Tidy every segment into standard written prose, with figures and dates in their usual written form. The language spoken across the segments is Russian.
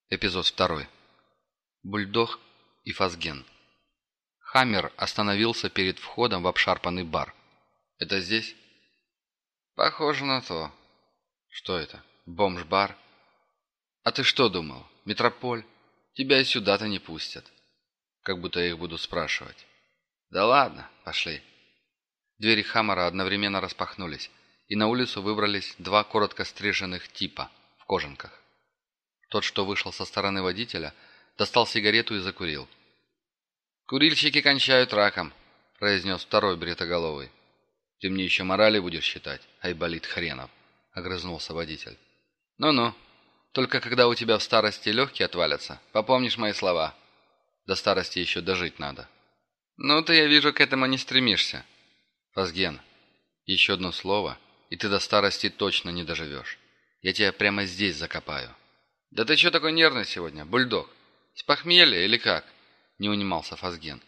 Эпизод 2. Бульдог и Фазген. Хаммер остановился перед входом в обшарпанный бар. «Это здесь?» «Похоже на то». «Что это? Бомж-бар?» «А ты что думал? Метрополь? Тебя и сюда-то не пустят». Как будто я их буду спрашивать. «Да ладно, пошли». Двери Хаммера одновременно распахнулись, и на улицу выбрались два коротко стриженных типа в кожанках. Тот, что вышел со стороны водителя, достал сигарету и закурил. «Курильщики кончают раком», — произнес второй бритоголовый. «Ты мне еще морали будешь считать, айболит хренов», — огрызнулся водитель. «Ну-ну, только когда у тебя в старости легкие отвалятся, попомнишь мои слова. До старости еще дожить надо». «Ну, ты, я вижу, к этому не стремишься». «Фазген, еще одно слово, и ты до старости точно не доживешь. Я тебя прямо здесь закопаю». «Да ты что такой нервный сегодня, бульдог? С похмелья или как?» — не унимался Фазген.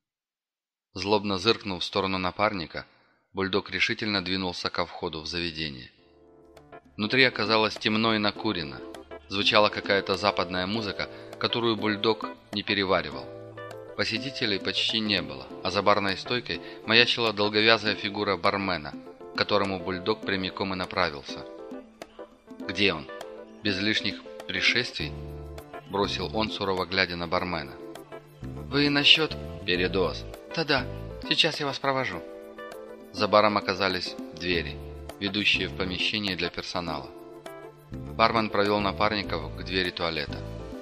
Злобно зыркнув в сторону напарника, бульдог решительно двинулся ко входу в заведение. Внутри оказалось темно и накурено. Звучала какая-то западная музыка, которую бульдог не переваривал. Посетителей почти не было, а за барной стойкой маячила долговязая фигура бармена, к которому бульдог прямиком и направился. «Где он? Без лишних пришествий?» — бросил он, сурово глядя на бармена. «Вы насчет...» «Передоз». «Да-да, сейчас я вас провожу». За баром оказались двери, ведущие в помещение для персонала. Бармен провел напарников к двери туалета.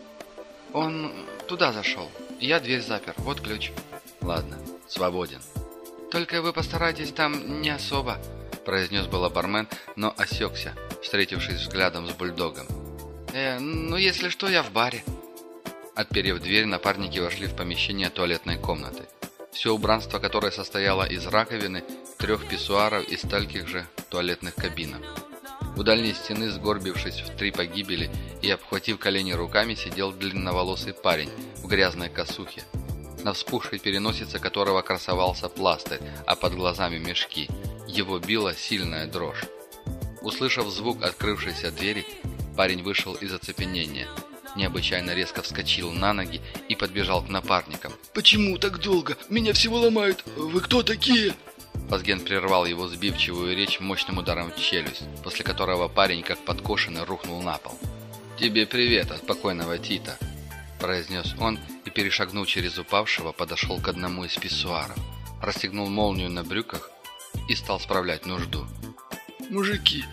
«Он туда зашел. Я дверь запер. Вот ключ». «Ладно, свободен». «Только вы постарайтесь там не особо», — произнес было бармен, но осекся, встретившись взглядом с бульдогом. Ну если что, я в баре». Отперев дверь, напарники вошли в помещение туалетной комнаты. Все убранство, которое состояло из раковины, 3 писсуаров и стольких же туалетных кабинок. У дальней стены, сгорбившись в 3 погибели и обхватив колени руками, сидел длинноволосый парень в грязной косухе, на вспухшей переносице которого красовался пластырь, а под глазами мешки. Его била сильная дрожь. Услышав звук открывшейся двери, парень вышел из оцепенения, необычайно резко вскочил на ноги и подбежал к напарникам. «Почему так долго? Меня всего ломают. Вы кто такие?» Фазген прервал его сбивчивую речь мощным ударом в челюсть, после которого парень, как подкошенный, рухнул на пол. «Тебе привет от покойного Тита», – произнес он и, перешагнув через упавшего, подошел к одному из писсуаров, расстегнул молнию на брюках и стал справлять нужду. «Мужики,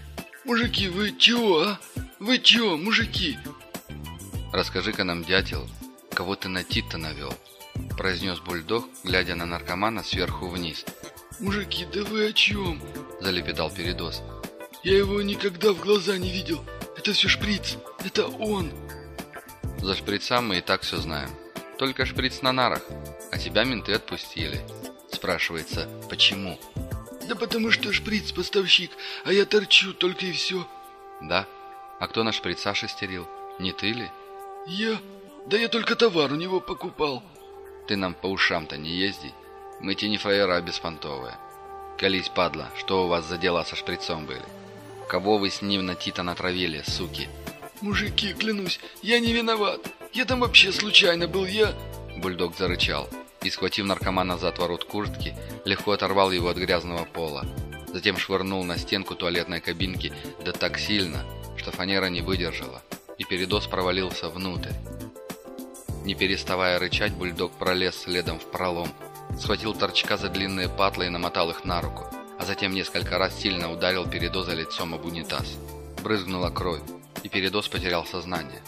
вы чего, а? Вы чего, мужики?» «Расскажи-ка нам, дятел, кого ты на Тита навел», – произнес бульдог, глядя на наркомана сверху вниз. «Мужики, да вы о чем?» – залепетал Передоз. «Я его никогда в глаза не видел. Это все шприц. Это он». «За шприцам мы и так все знаем. Только шприц на нарах, а тебя менты отпустили. Спрашивается, почему?» «Да потому что шприц поставщик, а я торчу только и все». «Да? А кто на шприца шестерил? Не ты ли?» «Я? Да я только товар у него покупал». «Ты нам по ушам-то не езди. Мы те не фраера беспонтовые. Колись, падла, что у вас за дела со шприцом были? Кого вы с ним на Тита натравили, суки?» «Мужики, клянусь, я не виноват. Я там вообще случайно был, я...» Бульдог зарычал и, схватив наркомана за отворот куртки, легко оторвал его от грязного пола. Затем швырнул на стенку туалетной кабинки, да так сильно, что фанера не выдержала, и Передоз провалился внутрь. Не переставая рычать, бульдог пролез следом в пролом, схватил торчка за длинные патлы и намотал их на руку, а затем несколько раз сильно ударил Передоза лицом об унитаз. Брызгнула кровь, и Передоз потерял сознание.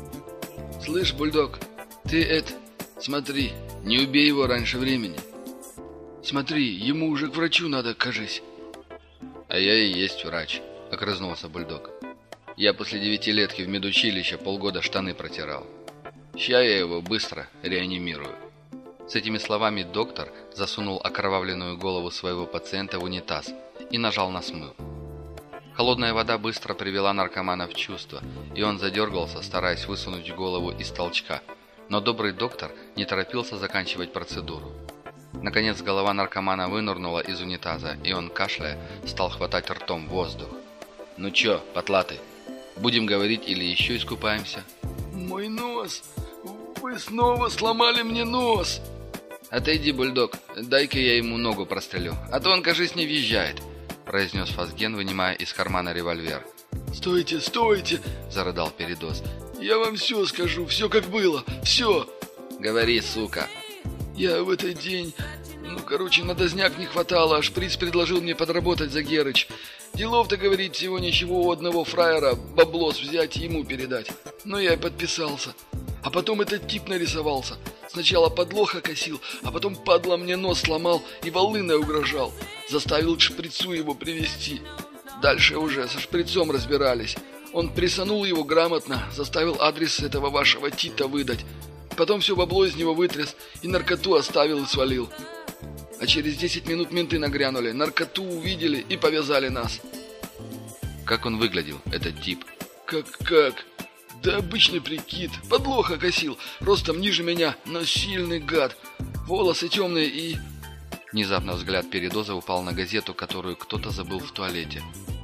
«Слышь, бульдог, ты смотри, не убей его раньше времени. Смотри, ему уже к врачу надо, кажись». «А я и есть врач», — огрызнулся бульдог. «Я после 9-летки в медучилище полгода штаны протирал. Ща я его быстро реанимирую». С этими словами доктор засунул окровавленную голову своего пациента в унитаз и нажал на смыв. Холодная вода быстро привела наркомана в чувство, и он задергался, стараясь высунуть голову из толчка. Но добрый доктор не торопился заканчивать процедуру. Наконец голова наркомана вынырнула из унитаза, и он, кашляя, стал хватать ртом воздух. «Ну чё, потлатый, будем говорить или еще искупаемся?» Мой нос! Вы снова сломали мне нос!» «Отойди, бульдог, дай-ка я ему ногу прострелю, а то он, кажись, не въезжает», произнес Фазген, вынимая из кармана револьвер. «Стойте, стойте!» – зарыдал Передоз. «Я вам все скажу, все как было, все!» «Говори, сука!» «Я в этот день... на доздняк не хватало, аж приз предложил мне подработать за Герыч. Делов-то, говорит, всего ничего у одного фраера баблос взять и ему передать. Но я и подписался. А потом этот тип нарисовался. Сначала подлоха косил, а потом, падла, мне нос сломал и волыной угрожал. Заставил к шприцу его привезти. Дальше уже со шприцом разбирались. Он прессанул его грамотно, заставил адрес этого вашего Тита выдать. Потом все бабло из него вытряс и наркоту оставил и свалил. А через 10 минут менты нагрянули, наркоту увидели и повязали нас». «Как он выглядел, этот тип?» «Как? Да обычный прикид. Подлоха косил, ростом ниже меня, но сильный гад. Волосы темные и...» Внезапно взгляд Передоза упал на газету, которую кто-то забыл в туалете.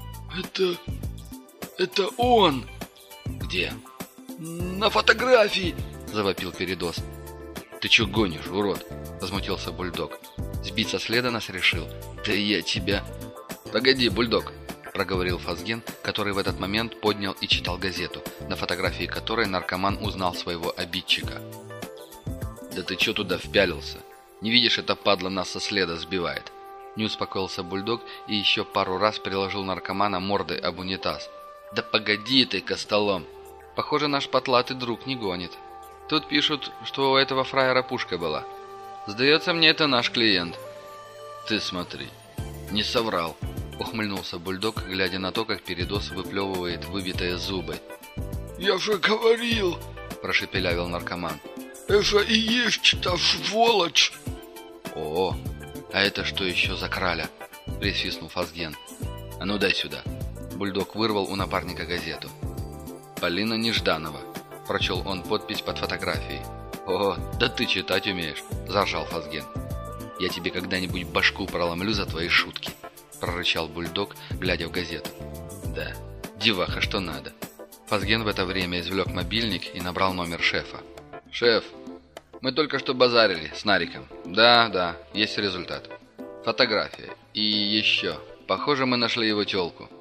Это он!» «Где?» «На фотографии!» – завопил Передоз. «Ты чё гонишь, урод?» – возмутился бульдог. Сбиться следа нас решил. «Да я тебя...» «Погоди, бульдог!» – проговорил Фазген, который в этот момент поднял и читал газету, на фотографии которой наркоман узнал своего обидчика. «Да ты чё туда впялился? Не видишь, эта падла нас со следа сбивает!» Не успокоился бульдог и еще пару раз приложил наркомана мордой об унитаз. «Да погоди ты, костолом! Похоже, наш потлатый друг не гонит. Тут пишут, что у этого фраера пушка была. Сдается мне, это наш клиент». «Ты смотри, не соврал», — ухмыльнулся бульдог, глядя на то, как Передоз выплевывает выбитые зубы. «Я же говорил», — прошепелявил наркоман. «Это и есть та сволочь». «О, а это что еще за краля?» — присвистнул Фазген. «А ну дай сюда». Бульдог вырвал у напарника газету. «Полина Нежданова», — прочел он подпись под фотографией. «О, да ты читать умеешь», — заржал Фазген. «Я тебе когда-нибудь башку проломлю за твои шутки», — прорычал бульдог, глядя в газету. «Да, деваха, что надо». Фазген в это время извлек мобильник и набрал номер шефа. «Шеф, мы только что базарили с Нариком. Да, есть результат. Фотография. И еще. Похоже, мы нашли его тёлку.